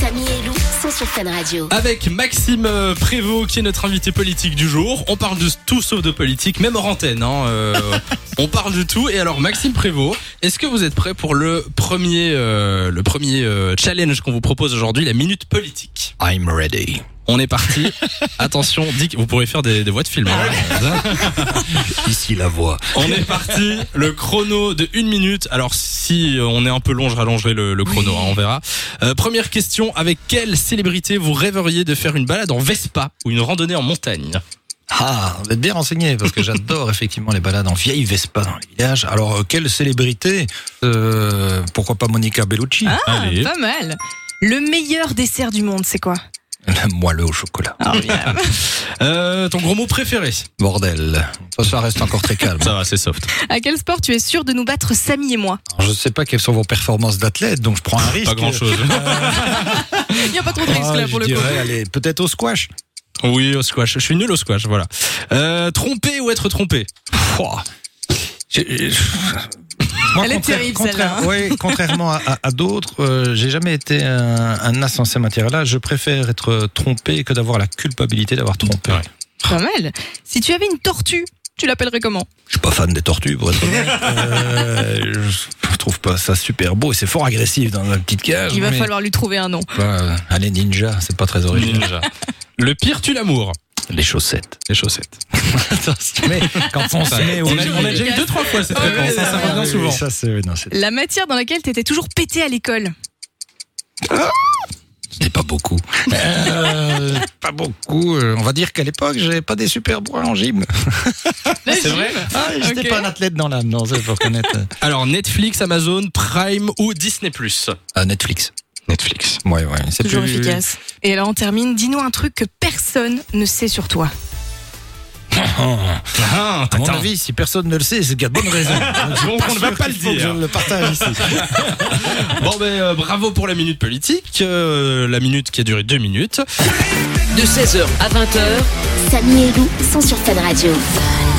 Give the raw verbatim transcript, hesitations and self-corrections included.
Samy et Lou sont sur Fun Radio. Avec Maxime Prévost qui est notre invité politique du jour. On parle de tout sauf de politique, même hors antenne. Hein, euh, on parle de tout. Et alors Maxime Prévost, est-ce que vous êtes prêt pour le premier, euh, le premier euh, challenge qu'on vous propose aujourd'hui, la minute politique? I'm ready. On est parti. Attention, Dick, vous pourrez faire des, des voix de film. Hein. Ici la voix. On est parti. Le chrono de une minute. Alors si on est un peu long, je rallongerai le, le chrono. Oui. Hein, on verra. Euh, première question. Avec quelle célébrité vous rêveriez de faire une balade en Vespa ou une randonnée en montagne? Ah, vous êtes bien renseigné parce que j'adore effectivement les balades en vieille Vespa dans les villages. Alors, euh, quelle célébrité euh, Pourquoi pas Monica Bellucci? Ah, Allez. Pas mal. Le meilleur dessert du monde, c'est quoi? Le moelleux au chocolat. Oh, bien. euh, ton gros mot préféré? Bordel. Ça, ça reste encore très calme. Ça va, c'est soft. À quel sport tu es sûr de nous battre, Samy et moi? Alors, je sais pas quelles sont vos performances d'athlète, donc je prends un risque. Pas grand chose. Il n'y a pas trop de risques Ah, là pour je le coup. dirais, allez, peut-être au squash. Oui, au squash. Je suis nul au squash, voilà. Euh, tromper ou être trompé? Pouah. J'ai- j'ai- Moi, Elle est contraire- terrible, contraire- celle-là, hein. ouais, contrairement à, à- à d'autres, euh, j'ai jamais été un, un as en ces matières-là. Je préfère être trompé que d'avoir la culpabilité d'avoir trompé. Ouais. Pas mal. Si tu avais une tortue, tu l'appellerais comment? Je suis pas fan des tortues, pour être honnête. euh, je trouve pas ça super beau et c'est fort agressif dans une petite cage. Il va mais- falloir lui trouver un nom. Euh, allez, ninja, c'est pas très original. Ninja. Le pire tue l'amour? Les chaussettes. Les chaussettes. Mais quand on se met au On a, on a déjà eu deux, trois fois cette Ouais, réponse. ouais, Ça, ça ouais, revient souvent. Ça, c'est, non, c'est... La matière dans laquelle t'étais toujours pété à l'école. C'était pas beaucoup. Euh, pas beaucoup. Euh, On va dire qu'à l'époque, j'avais pas des super bras en gym. C'est vrai? Ah, j'étais Ok. pas un athlète dans l'âme, non, ça faut reconnaître. Alors, Netflix, Amazon, Prime ou Disney plus? Ah, Netflix. Netflix. Ouais, ouais. C'est Toujours plus... efficace. Et là on termine, dis-nous un truc que personne ne sait sur toi. Ah, À mon attends. avis, si personne ne le sait, c'est qu'il y a de bonnes raisons. Donc, on ne va pas le Il faut que dire. je le partage ici. Bon, ben, euh, bravo pour la minute politique. Euh, la minute qui a duré deux minutes. De seize heures à vingt heures, Samy et Lou sont sur Fun Radio.